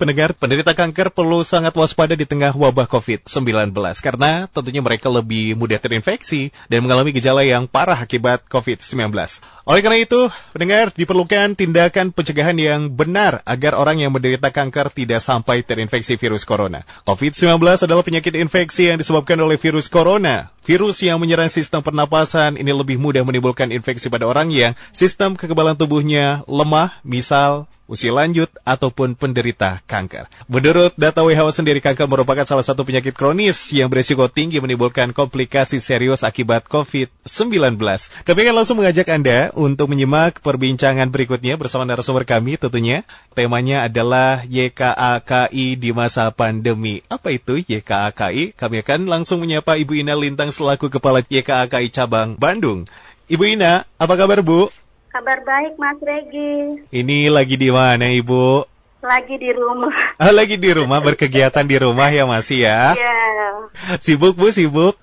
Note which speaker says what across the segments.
Speaker 1: Pendengar, penderita kanker perlu sangat waspada di tengah wabah COVID-19 karena tentunya mereka lebih mudah terinfeksi dan mengalami gejala yang parah akibat COVID-19. Oleh karena itu, pendengar, diperlukan tindakan pencegahan yang benar agar orang yang menderita kanker tidak sampai terinfeksi virus corona. COVID-19 adalah penyakit infeksi yang disebabkan oleh virus corona. Virus yang menyerang sistem pernapasan ini lebih mudah menimbulkan infeksi pada orang yang sistem kekebalan tubuhnya lemah, misal usia lanjut ataupun penderita kanker. Menurut data WHO sendiri, kanker merupakan salah satu penyakit kronis yang berisiko tinggi menimbulkan komplikasi serius akibat COVID-19. Kami akan langsung mengajak Anda untuk menyimak perbincangan berikutnya bersama narasumber kami tentunya. Temanya adalah YKAKI di masa pandemi. Apa itu YKAKI? Kami akan langsung menyapa Ibu Ina Lintang selaku Kepala YKAKI Cabang Bandung. Ibu Ina, apa kabar Bu?
Speaker 2: Kabar baik, Mas Regi.
Speaker 1: Ini lagi di mana, Ibu?
Speaker 2: Lagi di rumah.
Speaker 1: Lagi di rumah, berkegiatan di rumah ya masih ya?
Speaker 2: Iya.
Speaker 1: Sibuk, Bu, sibuk?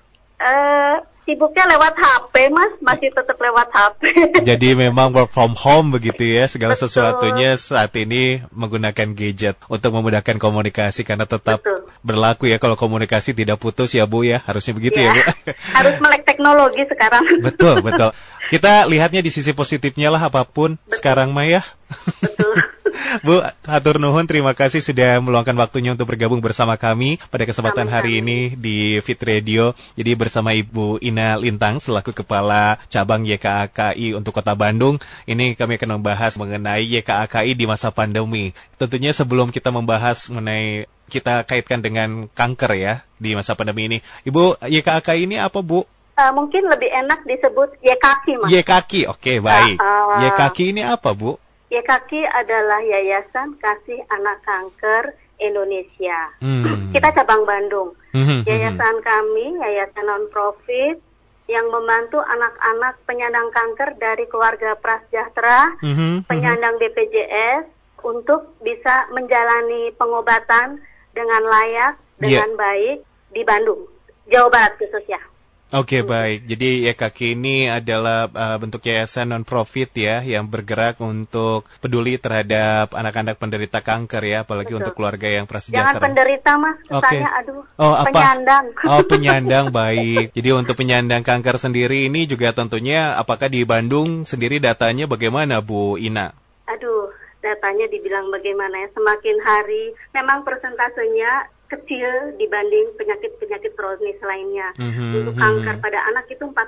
Speaker 2: Sibuknya lewat HP, Mas. Masih tetap lewat HP.
Speaker 1: Jadi memang work from home begitu ya, segala
Speaker 2: Betul.
Speaker 1: sesuatunya saat ini menggunakan gadget untuk memudahkan komunikasi karena tetap berlaku ya kalau komunikasi tidak putus ya Bu ya, harusnya begitu ya Bu.
Speaker 2: Harus melek teknologi sekarang.
Speaker 1: Betul. Kita lihatnya di sisi positifnya lah apapun sekarang mah ya.
Speaker 2: Betul.
Speaker 1: Bu, hatur nuhun, terima kasih sudah meluangkan waktunya untuk bergabung bersama kami pada kesempatan hari ini di Fit Radio. Jadi bersama Ibu Ina Lintang selaku Kepala Cabang YKAKI untuk Kota Bandung. Ini kami akan membahas mengenai YKAKI di masa pandemi. Tentunya sebelum kita membahas mengenai, kita kaitkan dengan kanker ya di masa pandemi ini. Ibu, YKAKI ini apa Bu?
Speaker 2: Mungkin lebih enak disebut YKAKI, Mas.
Speaker 1: YKAKI, oke baik. YKAKI ini apa Bu?
Speaker 2: YKAKI adalah Yayasan Kasih Anak Kanker Indonesia. Kita cabang Bandung. Yayasan kami, yayasan non-profit yang membantu anak-anak penyandang kanker dari keluarga prasejahtera, penyandang BPJS, untuk bisa menjalani pengobatan dengan layak, dengan baik di Bandung, Jawa Barat khususnya.
Speaker 1: Oke, baik. Jadi YKAKI ini adalah bentuk yayasan non-profit ya, yang bergerak untuk peduli terhadap anak-anak penderita kanker ya, apalagi untuk keluarga yang prasejahtera.
Speaker 2: Jangan penderita, Mas. Saya,
Speaker 1: penyandang. Penyandang, baik. Jadi untuk penyandang kanker sendiri ini juga tentunya, apakah di Bandung sendiri datanya bagaimana Bu Ina?
Speaker 2: Datanya dibilang bagaimana ya, semakin hari memang persentasenya kecil dibanding penyakit-penyakit kronis lainnya. Untuk kanker pada anak itu 4%,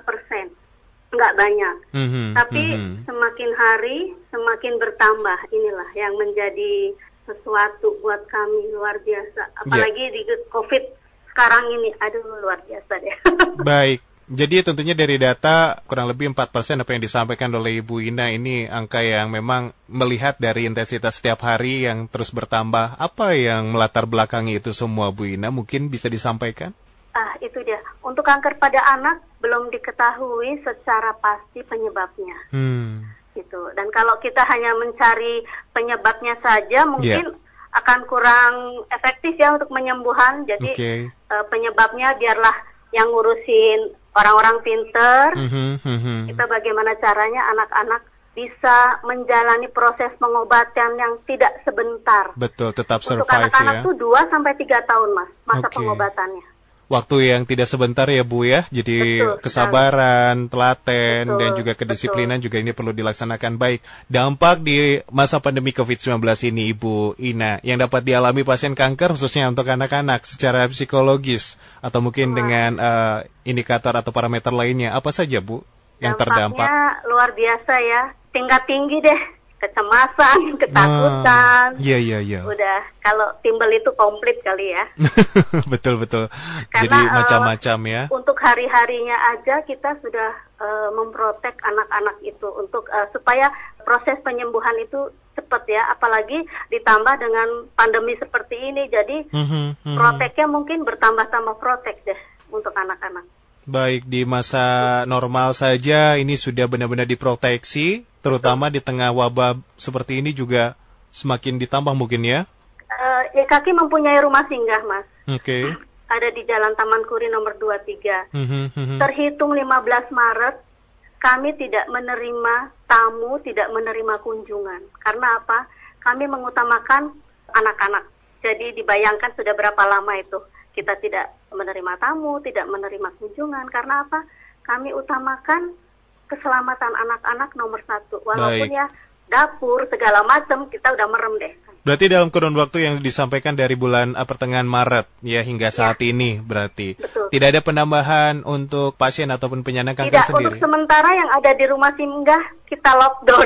Speaker 2: nggak banyak. Tapi semakin hari semakin bertambah. Inilah yang menjadi sesuatu buat kami luar biasa. Apalagi di COVID sekarang ini, luar biasa deh.
Speaker 1: Baik. Jadi tentunya dari data kurang lebih 4% apa yang disampaikan oleh Ibu Ina ini angka yang memang melihat dari intensitas setiap hari yang terus bertambah. Apa yang melatar belakangi itu semua Bu Ina? Mungkin bisa disampaikan?
Speaker 2: Itu dia. Untuk kanker pada anak belum diketahui secara pasti penyebabnya. Gitu. Dan kalau kita hanya mencari penyebabnya saja mungkin akan kurang efektif ya untuk penyembuhan. Jadi penyebabnya biarlah yang ngurusin orang-orang pinter. Kita bagaimana caranya anak-anak bisa menjalani proses pengobatan yang tidak sebentar.
Speaker 1: Betul, tetap survive ya.
Speaker 2: Untuk anak-anak tuh 2-3 tahun, Mas, masa pengobatannya.
Speaker 1: Waktu yang tidak sebentar ya Bu ya. Jadi kesabaran, telaten, dan juga kedisiplinan juga ini perlu dilaksanakan baik. Dampak di masa pandemi COVID-19 ini Ibu Ina yang dapat dialami pasien kanker khususnya untuk anak-anak secara psikologis atau mungkin dengan indikator atau parameter lainnya, apa saja Bu yang terdampak?
Speaker 2: Dampaknya luar biasa ya, tingkat tinggi deh. Kecemasan, ketakutan.
Speaker 1: Iya.
Speaker 2: Udah, kalau timbel itu komplit kali ya.
Speaker 1: Betul.
Speaker 2: Karena,
Speaker 1: jadi macam-macam ya.
Speaker 2: Untuk hari-harinya aja kita sudah memprotek anak-anak itu untuk supaya proses penyembuhan itu cepat ya. Apalagi ditambah dengan pandemi seperti ini. Jadi proteknya mungkin bertambah-tambah protek deh untuk anak-anak.
Speaker 1: Baik, di masa normal saja ini sudah benar-benar diproteksi, terutama di tengah wabah seperti ini juga semakin ditambah mungkin ya?
Speaker 2: YKAKI mempunyai rumah singgah, Mas. Ada di Jalan Taman Kuri nomor 23. Terhitung 15 Maret, kami tidak menerima tamu, tidak menerima kunjungan. Karena apa? Kami mengutamakan anak-anak. Jadi dibayangkan sudah berapa lama itu kita tidak menerima tamu, tidak menerima kunjungan. Karena apa? Kami utamakan keselamatan anak-anak nomor 1. Walaupun
Speaker 1: Baik.
Speaker 2: ya dapur segala macam kita udah merem deh.
Speaker 1: Berarti dalam kurun waktu yang disampaikan dari bulan pertengahan Maret ya hingga saat ini berarti.
Speaker 2: Betul.
Speaker 1: Tidak ada penambahan untuk pasien ataupun penyandang kanker
Speaker 2: Tidak,
Speaker 1: sendiri?
Speaker 2: untuk sementara yang ada di rumah singgah kita lockdown.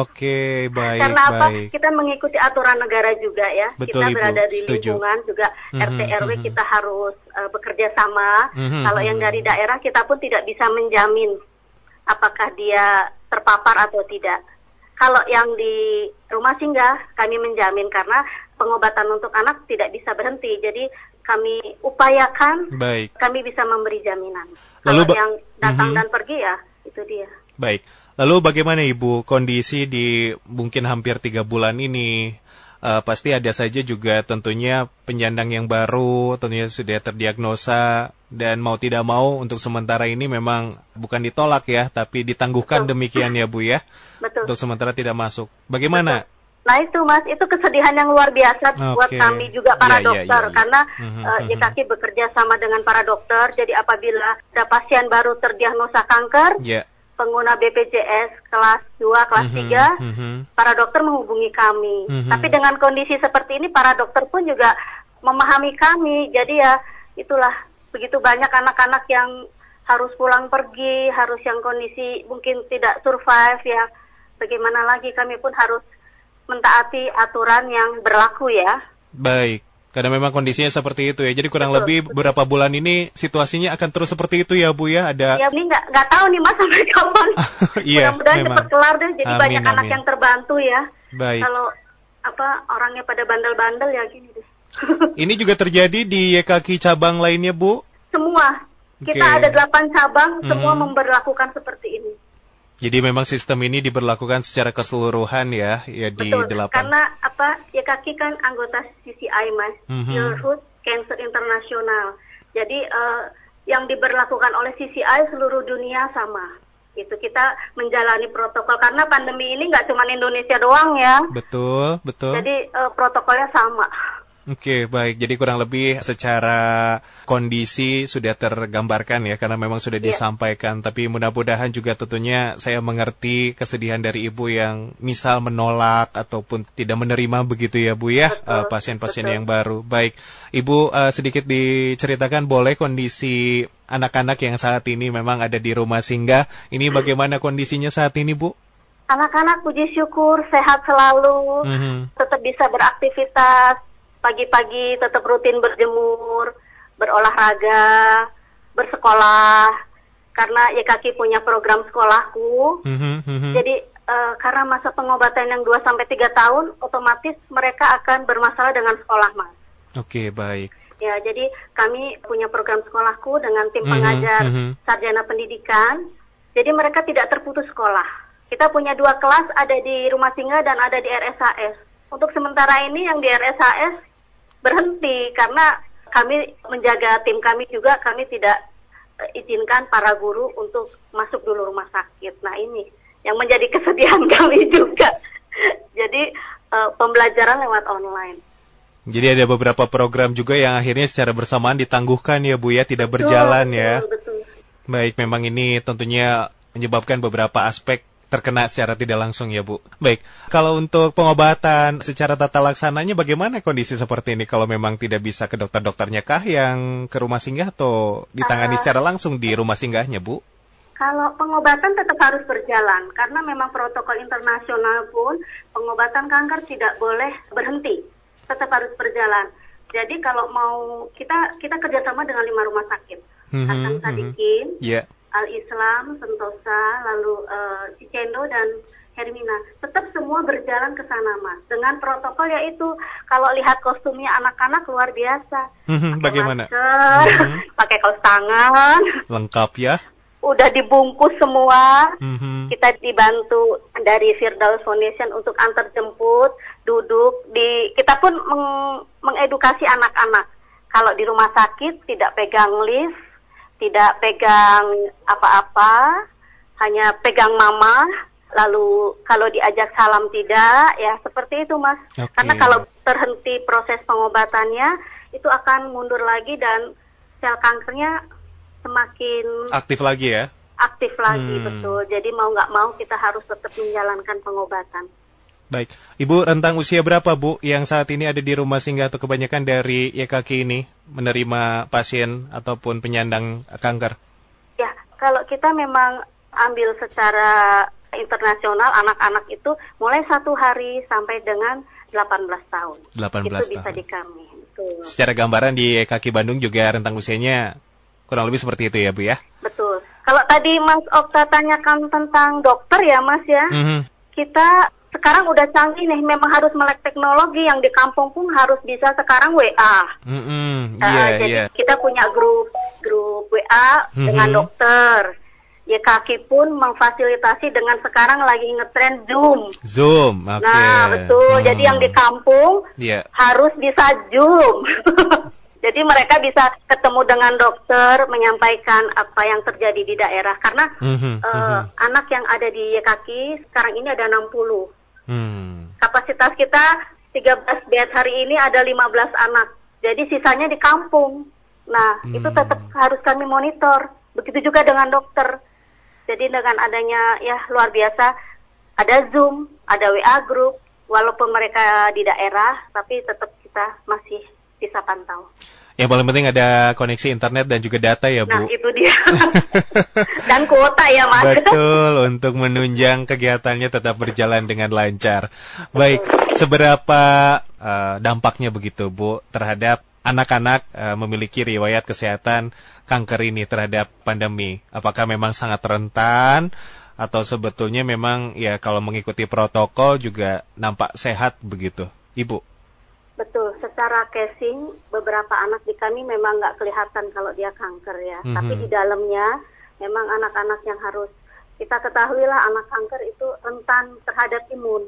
Speaker 1: Oke, baik.
Speaker 2: Karena apa?
Speaker 1: Baik.
Speaker 2: Kita mengikuti aturan negara juga ya.
Speaker 1: Betul,
Speaker 2: kita
Speaker 1: Ibu.
Speaker 2: berada di
Speaker 1: Setuju.
Speaker 2: lingkungan juga RT RW kita harus bekerja sama. Kalau yang dari daerah kita pun tidak bisa menjamin apakah dia terpapar atau tidak. Kalau yang di rumah singgah kami menjamin karena pengobatan untuk anak tidak bisa berhenti. Jadi kami upayakan
Speaker 1: Baik.
Speaker 2: kami bisa memberi jaminan.
Speaker 1: Lalu
Speaker 2: Kalau yang datang dan pergi ya itu dia.
Speaker 1: Baik. Lalu bagaimana Ibu kondisi di mungkin hampir 3 bulan ini? Pasti ada saja juga tentunya penyandang yang baru, tentunya sudah terdiagnosa, dan mau tidak mau untuk sementara ini memang bukan ditolak ya, tapi ditangguhkan.
Speaker 2: Betul.
Speaker 1: Demikian ya Bu ya?
Speaker 2: Betul.
Speaker 1: Untuk sementara tidak masuk. Bagaimana?
Speaker 2: Betul. Nah itu Mas, itu kesedihan yang luar biasa buat kami juga para dokter. Karena YKK bekerja sama dengan para dokter, jadi apabila ada pasien baru terdiagnosa kanker, pengguna BPJS kelas 2, kelas 3, para dokter menghubungi kami. Tapi dengan kondisi seperti ini, para dokter pun juga memahami kami. Jadi ya itulah, begitu banyak anak-anak yang harus pulang pergi, harus yang kondisi mungkin tidak survive ya. Bagaimana lagi, kami pun harus mentaati aturan yang berlaku ya.
Speaker 1: Baik. Karena memang kondisinya seperti itu ya. Jadi kurang lebih beberapa bulan ini situasinya akan terus seperti itu ya Bu ya. Ada.
Speaker 2: Ya ini nggak tahu nih Mas sampai kapan.
Speaker 1: Iya.
Speaker 2: Mudah-mudahan cepat kelar deh. Jadi
Speaker 1: Amin,
Speaker 2: banyak anak yang terbantu ya.
Speaker 1: Baik.
Speaker 2: Kalau orangnya pada bandel-bandel ya gini deh.
Speaker 1: Ini juga terjadi di YKK cabang lainnya Bu?
Speaker 2: Semua. Kita ada 8 cabang, semua memberlakukan seperti ini.
Speaker 1: Jadi memang sistem ini diberlakukan secara keseluruhan ya di 8.
Speaker 2: Karena YKK kan anggota CCI Mas, Childhood Cancer International. Jadi yang diberlakukan oleh CCI seluruh dunia sama. Itu kita menjalani protokol karena pandemi ini nggak cuma Indonesia doang ya.
Speaker 1: Betul.
Speaker 2: Jadi protokolnya sama.
Speaker 1: Oke, baik. Jadi kurang lebih secara kondisi sudah tergambarkan ya, karena memang sudah disampaikan. Tapi mudah-mudahan juga tentunya saya mengerti kesedihan dari Ibu yang misal menolak ataupun tidak menerima begitu ya Bu ya, pasien-pasien yang baru. Baik, Ibu sedikit diceritakan boleh kondisi anak-anak yang saat ini memang ada di rumah singgah. Ini bagaimana kondisinya saat ini Bu?
Speaker 2: Anak-anak puji syukur sehat selalu, tetap bisa beraktivitas. Pagi-pagi tetap rutin berjemur, berolahraga, bersekolah. Karena YKK punya program sekolahku. Jadi karena masa pengobatan yang 2-3 tahun, otomatis mereka akan bermasalah dengan sekolah, Mas.
Speaker 1: Oke, baik.
Speaker 2: Ya, jadi kami punya program sekolahku dengan tim pengajar sarjana pendidikan. Jadi mereka tidak terputus sekolah. Kita punya 2 kelas, ada di Rumah Singgah dan ada di RSHS. Untuk sementara ini yang di RSHS berhenti karena kami menjaga tim kami juga, kami tidak izinkan para guru untuk masuk dulu rumah sakit. Nah ini yang menjadi kesedihan kami juga. Jadi pembelajaran lewat online. Jadi
Speaker 1: ada beberapa program juga yang akhirnya secara bersamaan ditangguhkan ya Bu ya, tidak berjalan ya.
Speaker 2: Betul.
Speaker 1: Baik, memang ini tentunya menyebabkan beberapa aspek terkena secara tidak langsung ya Bu. Baik, kalau untuk pengobatan secara tata laksananya bagaimana kondisi seperti ini? Kalau memang tidak bisa ke dokter-dokternya kah yang ke rumah singgah atau ditangani secara langsung di rumah singgahnya Bu?
Speaker 2: Kalau pengobatan tetap harus berjalan karena memang protokol internasional pun pengobatan kanker tidak boleh berhenti, tetap harus berjalan. Jadi kalau mau kita kerjasama dengan 5 rumah sakit, Hasan Sadikin, Al-Islam, Sentosa, lalu Cicendo dan Hermina. Tetap semua berjalan ke sana, Mas. Dengan protokol yaitu kalau lihat kostumnya anak-anak luar biasa.
Speaker 1: Bagaimana?
Speaker 2: Masker, pakai kaos tangan.
Speaker 1: Lengkap ya.
Speaker 2: Udah dibungkus semua. Kita dibantu dari Firdaus Foundation untuk antar jemput, duduk kita pun mengedukasi anak-anak. Kalau di rumah sakit tidak pegang lift, tidak pegang apa-apa, hanya pegang mama, lalu kalau diajak salam tidak, ya seperti itu Mas.
Speaker 1: Okay.
Speaker 2: Karena kalau terhenti proses pengobatannya, itu akan mundur lagi dan sel kankernya semakin
Speaker 1: aktif lagi ya?
Speaker 2: Aktif lagi, betul. Jadi mau nggak mau kita harus tetap menjalankan pengobatan.
Speaker 1: Baik, Ibu rentang usia berapa Bu yang saat ini ada di rumah singgah atau kebanyakan dari YKK ini menerima pasien ataupun penyandang kanker?
Speaker 2: Ya, kalau kita memang ambil secara internasional, anak-anak itu mulai 1 hari sampai dengan 18 tahun.
Speaker 1: 18
Speaker 2: itu bisa
Speaker 1: tahun.
Speaker 2: di kami. Betul.
Speaker 1: Secara gambaran di YKK Bandung juga rentang usianya kurang lebih seperti itu ya Bu ya?
Speaker 2: Betul. Kalau tadi Mas Okta tanyakan tentang dokter ya Mas ya, kita sekarang udah canggih nih, memang harus melek teknologi. Yang di kampung pun harus bisa sekarang WA. Jadi kita punya grup WA dengan dokter. YKK pun memfasilitasi dengan sekarang lagi ngetren Zoom.
Speaker 1: Okay.
Speaker 2: Nah betul, jadi yang di kampung harus bisa Zoom. Jadi mereka bisa ketemu dengan dokter, menyampaikan apa yang terjadi di daerah. Karena anak yang ada di YKK sekarang ini ada 60. Kapasitas kita 13 bed, hari ini ada 15 anak. Jadi sisanya di kampung. Nah, itu tetap harus kami monitor. Begitu juga dengan dokter. Jadi dengan adanya luar biasa, ada Zoom, ada WA group, walaupun mereka di daerah, tapi tetap kita masih bisa pantau.
Speaker 1: Yang paling penting ada koneksi internet dan juga data ya Bu.
Speaker 2: Nah itu dia. Dan kuota ya Mas.
Speaker 1: Betul, untuk menunjang kegiatannya tetap berjalan dengan lancar. Baik, seberapa dampaknya begitu Bu terhadap anak-anak memiliki riwayat kesehatan kanker ini terhadap pandemi? Apakah memang sangat rentan atau sebetulnya memang ya kalau mengikuti protokol juga nampak sehat begitu, Ibu?
Speaker 2: Betul, secara casing beberapa anak di kami memang nggak kelihatan kalau dia kanker ya. Tapi di dalamnya memang anak-anak yang harus kita ketahui lah, anak kanker itu rentan terhadap imun.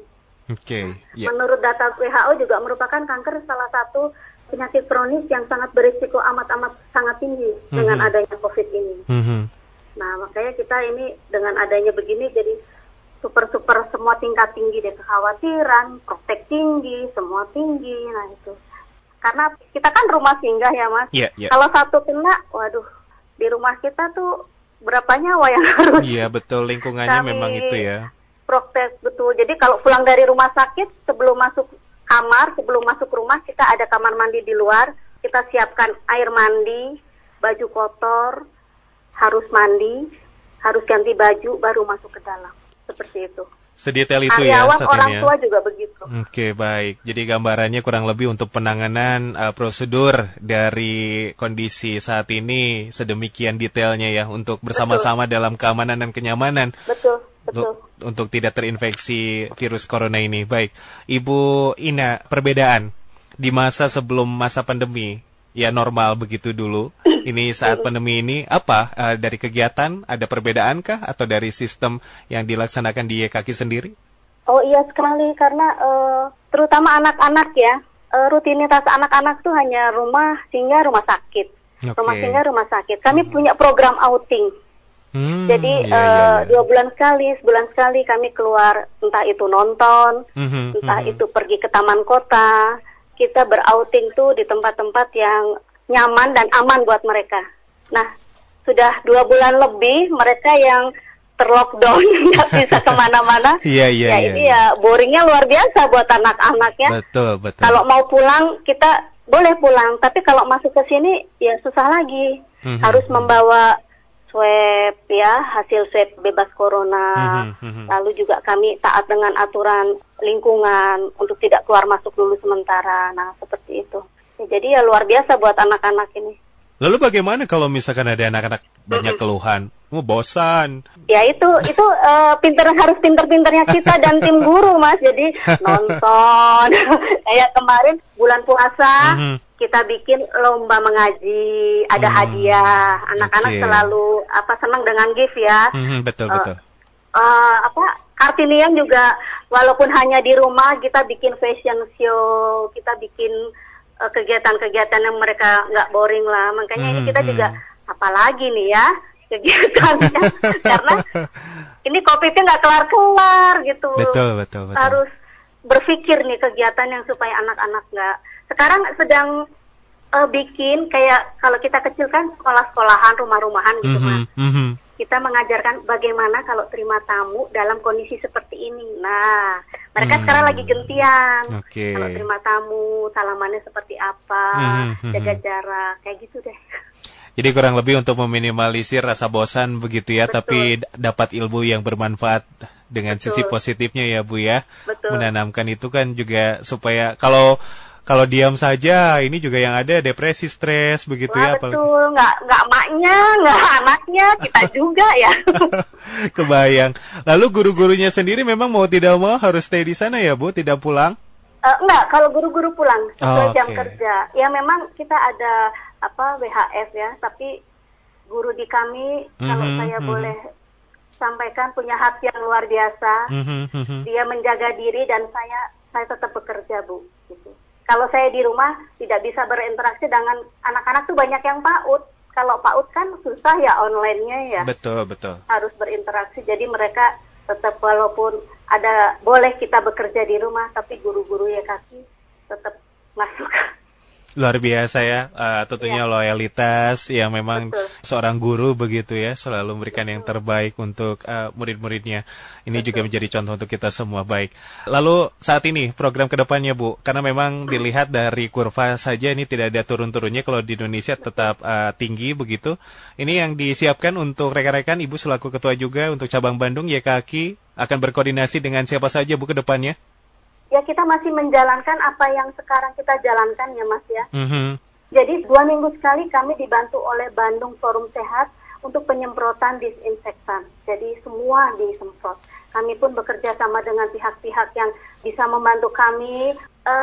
Speaker 2: Menurut data WHO juga merupakan kanker salah satu penyakit kronis yang sangat berisiko amat sangat tinggi dengan adanya COVID ini. Nah makanya kita ini dengan adanya begini jadi super semua tingkat tinggi deh, kekhawatiran, praktek tinggi, semua tinggi. Nah itu karena kita kan rumah singgah ya Mas. Kalau satu kena, waduh, di rumah kita tuh berapa nyawa yang harus. Iya
Speaker 1: betul, lingkungannya memang itu ya.
Speaker 2: Praktek betul. Jadi kalau pulang dari rumah sakit, sebelum masuk kamar, sebelum masuk rumah, kita ada kamar mandi di luar. Kita siapkan air mandi, baju kotor, harus mandi, harus ganti baju, baru masuk ke dalam. Seperti itu.
Speaker 1: Sedetail itu ya saat ini.
Speaker 2: Orang tua juga begitu.
Speaker 1: Oke, baik. Jadi gambarannya kurang lebih untuk penanganan prosedur dari kondisi saat ini sedemikian detailnya ya untuk bersama-sama dalam keamanan dan kenyamanan.
Speaker 2: Betul.
Speaker 1: Untuk tidak terinfeksi virus corona ini. Baik, Ibu Ina, perbedaan di masa sebelum masa pandemi, ya normal begitu dulu. Ini saat pandemi ini apa dari kegiatan ada perbedaankah atau dari sistem yang dilaksanakan di YKK sendiri?
Speaker 2: Oh iya sekali, karena terutama anak-anak ya, rutinitas anak-anak tuh hanya rumah singgah rumah sakit. Rumah singgah rumah sakit. Kami punya program outing. Jadi 2 bulan sekali, sebulan sekali kami keluar, entah itu nonton, entah itu pergi ke taman kota. Kita berouting tuh di tempat-tempat yang nyaman dan aman buat mereka. Nah, sudah 2 bulan lebih mereka yang terlockdown, nggak bisa kemana-mana. Ini boringnya luar biasa buat anak-anak ya.
Speaker 1: Betul.
Speaker 2: Kalau mau pulang, kita boleh pulang. Tapi kalau masuk ke sini, ya susah lagi. Harus membawa swab ya, hasil swab bebas corona. Lalu juga kami taat dengan aturan lingkungan untuk tidak keluar masuk dulu sementara. Nah, seperti itu. Ya, jadi ya luar biasa buat anak-anak ini.
Speaker 1: Lalu bagaimana kalau misalkan ada anak-anak banyak keluhan? Bosan.
Speaker 2: Ya itu harus pinter-pinternya kita dan tim guru Mas. Jadi nonton. Kayak kemarin bulan puasa kita bikin lomba mengaji, ada hadiah. Anak-anak selalu senang dengan gift ya.
Speaker 1: Betul.
Speaker 2: Kartinian juga walaupun hanya di rumah kita bikin fashion show, kita bikin kegiatan-kegiatan yang mereka nggak boring lah. Makanya ini kita juga apalagi nih ya, kegiatannya karena ini COVID-nya nggak kelar-kelar gitu.
Speaker 1: Betul.
Speaker 2: Harus berpikir nih kegiatan yang supaya anak-anak nggak. Sekarang sedang bikin kayak kalau kita kecil kan sekolah-sekolahan, rumah-rumahan gitu Mas. Kita mengajarkan bagaimana kalau terima tamu dalam kondisi seperti ini. Nah, mereka sekarang lagi gentian. Kalau terima tamu, salamannya seperti apa, jaga jarak, kayak gitu deh.
Speaker 1: Jadi kurang lebih untuk meminimalisir rasa bosan begitu ya, tapi dapat ilmu yang bermanfaat dengan sisi positifnya ya Bu ya. Menanamkan itu kan juga supaya kalau diam saja, ini juga yang ada depresi, stres, begitu ya.
Speaker 2: Betul, nggak emaknya, nggak anaknya, kita juga ya.
Speaker 1: Kebayang. Lalu guru-gurunya sendiri memang mau tidak mau harus stay di sana ya Bu, tidak pulang?
Speaker 2: Enggak, kalau guru-guru pulang sesuai jam kerja. Ya memang kita ada WHF ya, tapi guru di kami, kalau saya boleh sampaikan, punya hati yang luar biasa. Dia menjaga diri dan saya tetap bekerja Bu. Gitu. Kalau saya di rumah tidak bisa berinteraksi dengan anak-anak tuh banyak yang PAUD. Kalau PAUD kan susah ya online-nya ya.
Speaker 1: Betul.
Speaker 2: Harus berinteraksi. Jadi mereka tetap walaupun boleh kita bekerja di rumah, tapi guru-guru YKK tetap masuk.
Speaker 1: Luar biasa ya, tentunya loyalitas yang memang seorang guru begitu ya, selalu memberikan yang terbaik untuk murid-muridnya. Ini juga menjadi contoh untuk kita semua. Baik. Lalu saat ini program kedepannya Bu, karena memang dilihat dari kurva saja ini tidak ada turun-turunnya, kalau di Indonesia tetap tinggi begitu. Ini yang disiapkan untuk rekan-rekan Ibu selaku ketua juga untuk cabang Bandung YKK akan berkoordinasi dengan siapa saja Bu kedepannya?
Speaker 2: Ya kita masih menjalankan apa yang sekarang kita jalankan ya Mas ya. Jadi 2 minggu sekali kami dibantu oleh Bandung Forum Sehat untuk penyemprotan disinfektan. Jadi semua disemprot. Kami pun bekerja sama dengan pihak-pihak yang bisa membantu kami.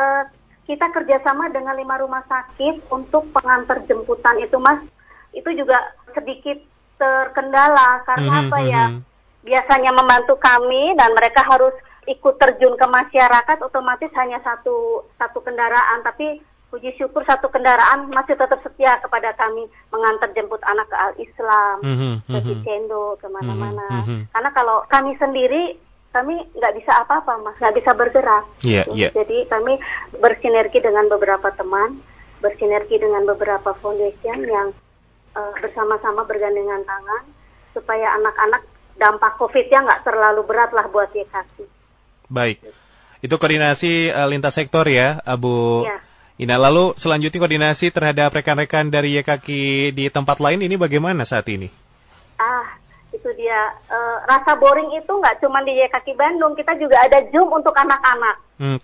Speaker 2: Kita kerjasama dengan 5 rumah sakit untuk pengantar jemputan itu Mas. Itu juga sedikit terkendala karena apa ya? Biasanya membantu kami dan mereka harus ikut terjun ke masyarakat, otomatis hanya satu kendaraan, tapi puji syukur satu kendaraan masih tetap setia kepada kami mengantar jemput anak ke Al-Islam, ke Cicendo, kemana-mana. Karena kalau kami sendiri, kami nggak bisa apa-apa Mas, nggak bisa bergerak. Jadi kami bersinergi dengan beberapa teman, bersinergi dengan beberapa foundation yang bersama-sama bergandengan tangan supaya anak-anak dampak COVID-nya nggak terlalu berat lah buat YKK.
Speaker 1: Baik, itu koordinasi lintas sektor ya, Bu Ina. Lalu selanjutnya koordinasi terhadap rekan-rekan dari YKK di tempat lain ini bagaimana saat ini?
Speaker 2: Itu dia, rasa boring itu nggak cuma di YKK Bandung, kita juga ada Zoom untuk anak-anak.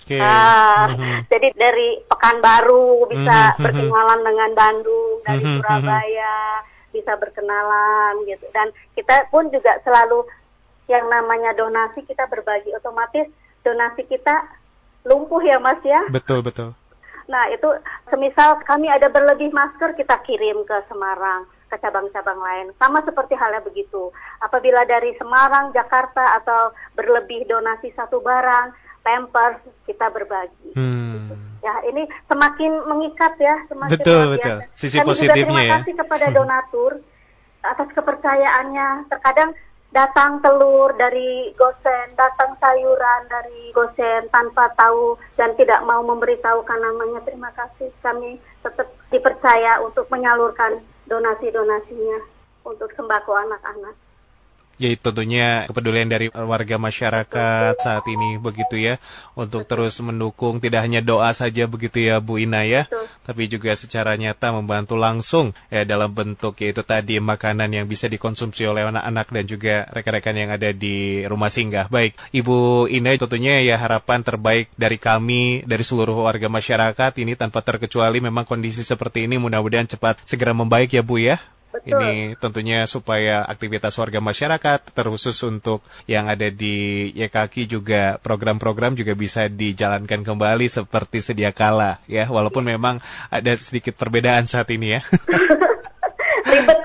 Speaker 2: Jadi dari Pekanbaru bisa berkenalan dengan Bandung, dari Surabaya bisa berkenalan gitu. Dan kita pun juga selalu yang namanya donasi kita berbagi, otomatis donasi kita lumpuh ya Mas ya. Betul. Nah itu semisal kami ada berlebih masker kita kirim ke Semarang, ke cabang-cabang lain. Sama seperti halnya begitu. Apabila dari Semarang, Jakarta atau berlebih donasi satu barang, Pampers kita berbagi. Gitu. Ya ini semakin mengikat ya, semakin
Speaker 1: betul. Sisi
Speaker 2: kami
Speaker 1: positifnya
Speaker 2: juga terima kasih kepada donatur atas kepercayaannya. Terkadang datang telur dari Gosen, datang sayuran dari Gosen tanpa tahu dan tidak mau memberitahukan namanya. Terima kasih, kami tetap dipercaya untuk menyalurkan donasi-donasinya untuk sembako anak-anak.
Speaker 1: Jadi tentunya kepedulian dari warga masyarakat saat ini begitu ya, untuk terus mendukung, tidak hanya doa saja begitu ya Bu Ina ya, tapi juga secara nyata membantu langsung ya dalam bentuk yaitu tadi makanan yang bisa dikonsumsi oleh anak-anak dan juga rekan-rekan yang ada di rumah singgah. Baik, Ibu Ina, tentunya ya harapan terbaik dari kami, dari seluruh warga masyarakat ini tanpa terkecuali memang kondisi seperti ini mudah-mudahan cepat segera membaik ya Bu ya.
Speaker 2: Betul.
Speaker 1: Ini tentunya supaya aktivitas warga masyarakat, terkhusus untuk yang ada di YKK juga program-program juga bisa dijalankan kembali seperti sedia kala ya, walaupun memang ada sedikit perbedaan saat ini ya.
Speaker 2: Ribet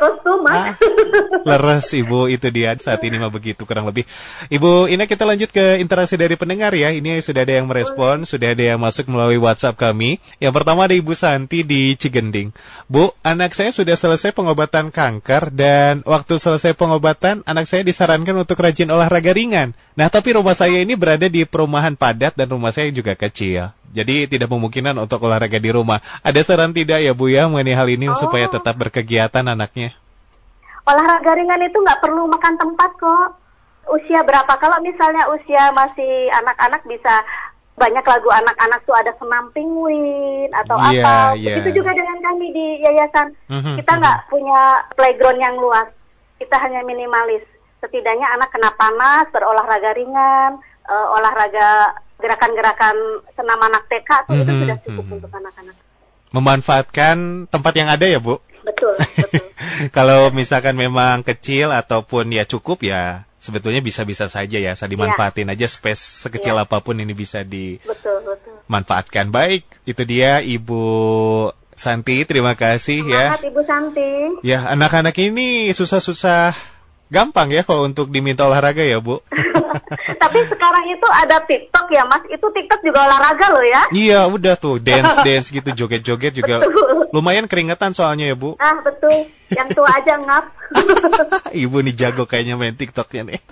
Speaker 2: kostum, Mas.
Speaker 1: Leres Ibu, itu dia saat ini mah begitu kurang lebih. Ibu, ini kita lanjut ke interaksi dari pendengar ya. Ini sudah ada yang merespon, sudah ada yang masuk melalui WhatsApp kami. Yang pertama ada Ibu Santi di Cigending. Bu, anak saya sudah selesai pengobatan kanker dan waktu selesai pengobatan anak saya disarankan untuk rajin olahraga ringan. Nah, tapi rumah saya ini berada di perumahan padat dan rumah saya juga kecil. Jadi tidak memungkinkan untuk olahraga di rumah. Ada saran tidak ya Bu ya mengenai hal ini supaya tetap berkegiatan anaknya?
Speaker 2: Olahraga ringan itu nggak perlu makan tempat kok. Usia berapa? Kalau misalnya usia masih anak-anak bisa banyak lagu anak-anak tuh ada senam penguin atau apa. Begitu juga dengan kami di yayasan. Kita nggak punya playground yang luas. Kita hanya minimalis. Setidaknya anak kena panas, berolahraga ringan, olahraga gerakan-gerakan senam anak TK tuh itu sudah cukup untuk anak-anak. Memanfaatkan tempat yang ada ya Bu? Betul.
Speaker 1: Kalau misalkan memang kecil ataupun ya cukup ya sebetulnya bisa-bisa saja ya, saya dimanfaatin aja space sekecil apapun ini bisa dimanfaatkan. Baik, itu dia Ibu Santi, terima kasih. Semangat, ya. Ibu Santi. Ya, anak-anak ini susah-susah gampang ya kalau untuk diminta olahraga ya Bu.
Speaker 2: Tapi sekarang itu ada TikTok ya Mas, itu TikTok juga olahraga loh ya.
Speaker 1: Iya udah tuh, dance gitu, joget-joget juga. Betul. Lumayan keringetan soalnya ya Bu.
Speaker 2: Ah betul, yang tua aja ngap.
Speaker 1: Ibu nih jago kayaknya main TikToknya nih.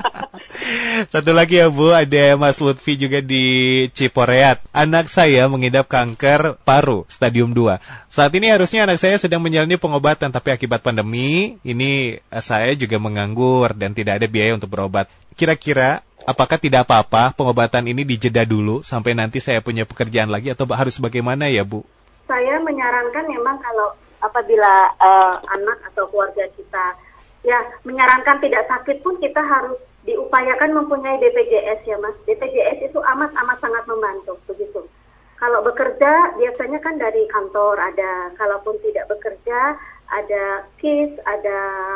Speaker 1: Satu lagi ya Bu, ada Mas Lutfi juga di Ciporeat. Anak saya mengidap kanker paru stadium 2. Saat ini harusnya anak saya sedang menjalani pengobatan, tapi akibat pandemi ini saya juga menganggur dan tidak ada biaya untuk berobat. Kira-kira apakah tidak apa-apa pengobatan ini dijeda dulu sampai nanti saya punya pekerjaan lagi atau harus bagaimana ya Bu?
Speaker 2: Saya menyarankan memang kalau apabila anak atau keluarga kita ya menyarankan tidak sakit pun kita harus diupayakan mempunyai BPJS ya Mas. BPJS itu amat sangat membantu begitu. Kalau bekerja biasanya kan dari kantor ada, kalaupun tidak bekerja ada KIS, ada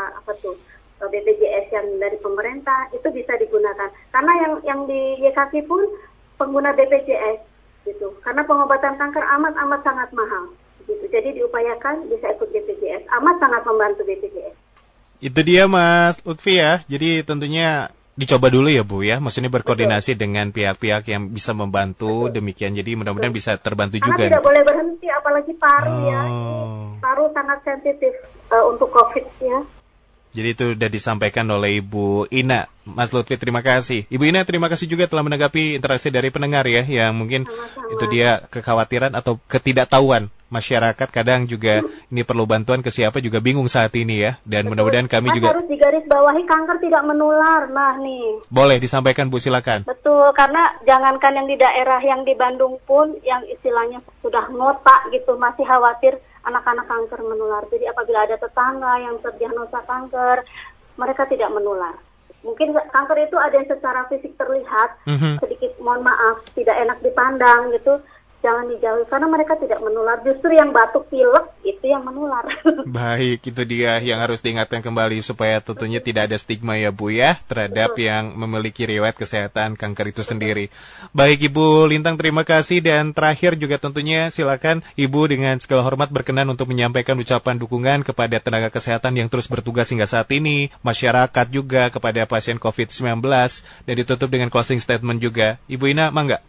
Speaker 2: BPJS yang dari pemerintah itu bisa digunakan. Karena yang di YKK pun pengguna BPJS gitu. Karena pengobatan kanker amat sangat mahal gitu. Jadi diupayakan bisa ikut BPJS. Amat sangat membantu BPJS.
Speaker 1: Itu dia Mas Lutfi ya. Jadi tentunya dicoba dulu ya Bu ya. Maksudnya berkoordinasi dengan pihak-pihak yang bisa membantu demikian. Jadi mudah-mudahan bisa terbantu
Speaker 2: karena
Speaker 1: juga.
Speaker 2: Tidak boleh berhenti apalagi paru ya. Paru sangat sensitif untuk COVID ya.
Speaker 1: Jadi itu sudah disampaikan oleh Ibu Ina. Mas Lutfi terima kasih. Ibu Ina terima kasih juga telah menanggapi interaksi dari pendengar ya. Yang mungkin itu dia kekhawatiran atau ketidaktahuan masyarakat. Kadang juga ini perlu bantuan ke siapa juga bingung saat ini ya. Dan mudah-mudahan kami juga
Speaker 2: harus digarisbawahi kanker tidak menular. Nah nih.
Speaker 1: Boleh disampaikan Bu, silakan.
Speaker 2: Betul, karena jangankan yang di daerah yang di Bandung pun yang istilahnya sudah ngotak gitu masih khawatir anak-anak kanker menular. Jadi apabila ada tetangga yang terdiagnosa kanker, mereka tidak menular. Mungkin kanker itu ada yang secara fisik terlihat, sedikit mohon maaf, tidak enak dipandang gitu. Jangan dijauhi karena mereka tidak menular. Justru yang batuk pilek itu yang menular. Baik,
Speaker 1: itu dia yang harus diingatkan kembali supaya tentunya tidak ada stigma ya Bu ya terhadap yang memiliki riwayat kesehatan kanker itu sendiri. Baik Ibu Lintang terima kasih dan terakhir juga tentunya silakan Ibu dengan segala hormat berkenan untuk menyampaikan ucapan dukungan kepada tenaga kesehatan yang terus bertugas hingga saat ini, masyarakat juga kepada pasien COVID-19 dan ditutup dengan closing statement juga. Ibu Ina, mangga.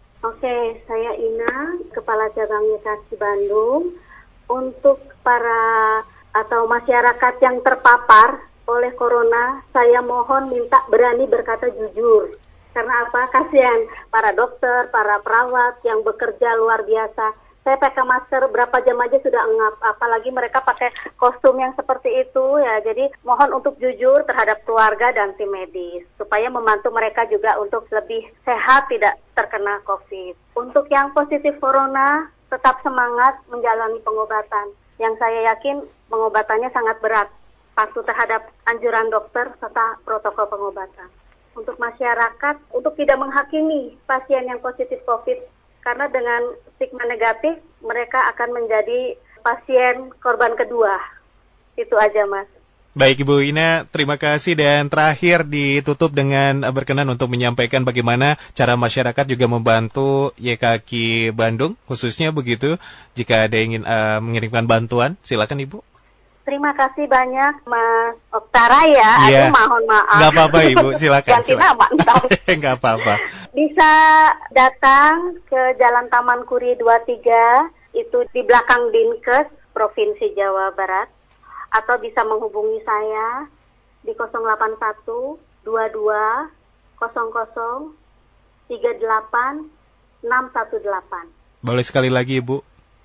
Speaker 2: Oke, saya Ina, Kepala Cabang YKK Bandung. Untuk para atau masyarakat yang terpapar oleh corona, saya mohon minta berani berkata jujur. Karena apa? Kasihan para dokter, para perawat yang bekerja luar biasa. Saya pakai masker berapa jam aja sudah engap, apalagi mereka pakai kostum yang seperti itu ya. Jadi mohon untuk jujur terhadap keluarga dan tim medis supaya membantu mereka juga untuk lebih sehat, tidak terkena COVID. Untuk yang positif corona, tetap semangat menjalani pengobatan. Yang saya yakin pengobatannya sangat berat, patuh terhadap anjuran dokter serta protokol pengobatan. Untuk masyarakat, untuk tidak menghakimi pasien yang positif COVID, karena dengan stigma negatif, mereka akan menjadi pasien korban kedua. Itu aja, Mas.
Speaker 1: Baik, Ibu Ina, terima kasih. Dan terakhir ditutup dengan berkenan untuk menyampaikan bagaimana cara masyarakat juga membantu YKK Bandung, khususnya begitu, jika ada ingin mengirimkan bantuan, silakan Ibu.
Speaker 2: Terima kasih banyak Mas Oktara ya.
Speaker 1: Iya.
Speaker 2: Aduh, mohon maaf.
Speaker 1: Nggak apa-apa Ibu, silakan.
Speaker 2: Ganti nama ntar.
Speaker 1: Nggak apa-apa.
Speaker 2: Bisa datang ke Jalan Taman Kuri 23, itu di belakang Dinkes, Provinsi Jawa Barat. Atau bisa menghubungi saya di 081 22 00 38 618.
Speaker 1: Boleh sekali lagi Ibu?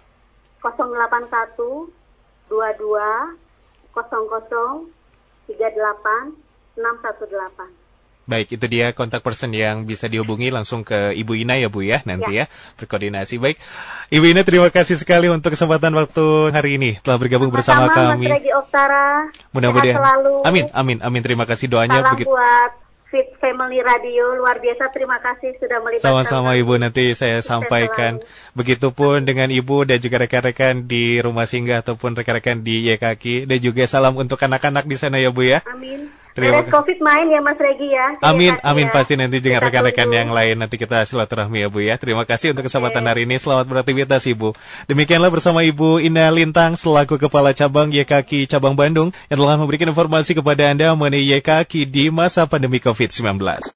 Speaker 2: 081 22 00 38 618.
Speaker 1: Baik, itu dia kontak person yang bisa dihubungi langsung ke Ibu Ina ya Bu ya, nanti ya berkoordinasi. Baik, Ibu Ina terima kasih sekali untuk kesempatan waktu hari ini telah bergabung bersama kami.
Speaker 2: Mas Regi Oktara,
Speaker 1: mudah-mudahan.
Speaker 2: selalu.
Speaker 1: Amin. Terima kasih doanya.
Speaker 2: Salam buat Fit Family Radio, luar biasa, terima kasih sudah melibatkan.
Speaker 1: Sama-sama Ibu, nanti saya sampaikan. Begitupun dengan Ibu dan juga rekan-rekan di Rumah Singgah ataupun rekan-rekan di YKK. Dan juga salam untuk anak-anak di sana ya Bu ya.
Speaker 2: Amin.
Speaker 1: Terima kasih.
Speaker 2: COVID main ya Mas Regi ya.
Speaker 1: Amin,
Speaker 2: ya.
Speaker 1: pasti nanti dengan
Speaker 2: Kita
Speaker 1: rekan-rekan
Speaker 2: tunggu.
Speaker 1: yang lain nanti kita silaturahmi ya Bu ya. Terima kasih untuk kesempatan hari ini. Selamat beraktivitas Ibu. Demikianlah bersama Ibu Ina Lintang selaku Kepala Cabang YKK Cabang Bandung yang telah memberikan informasi kepada Anda mengenai YKK di masa pandemi COVID-19.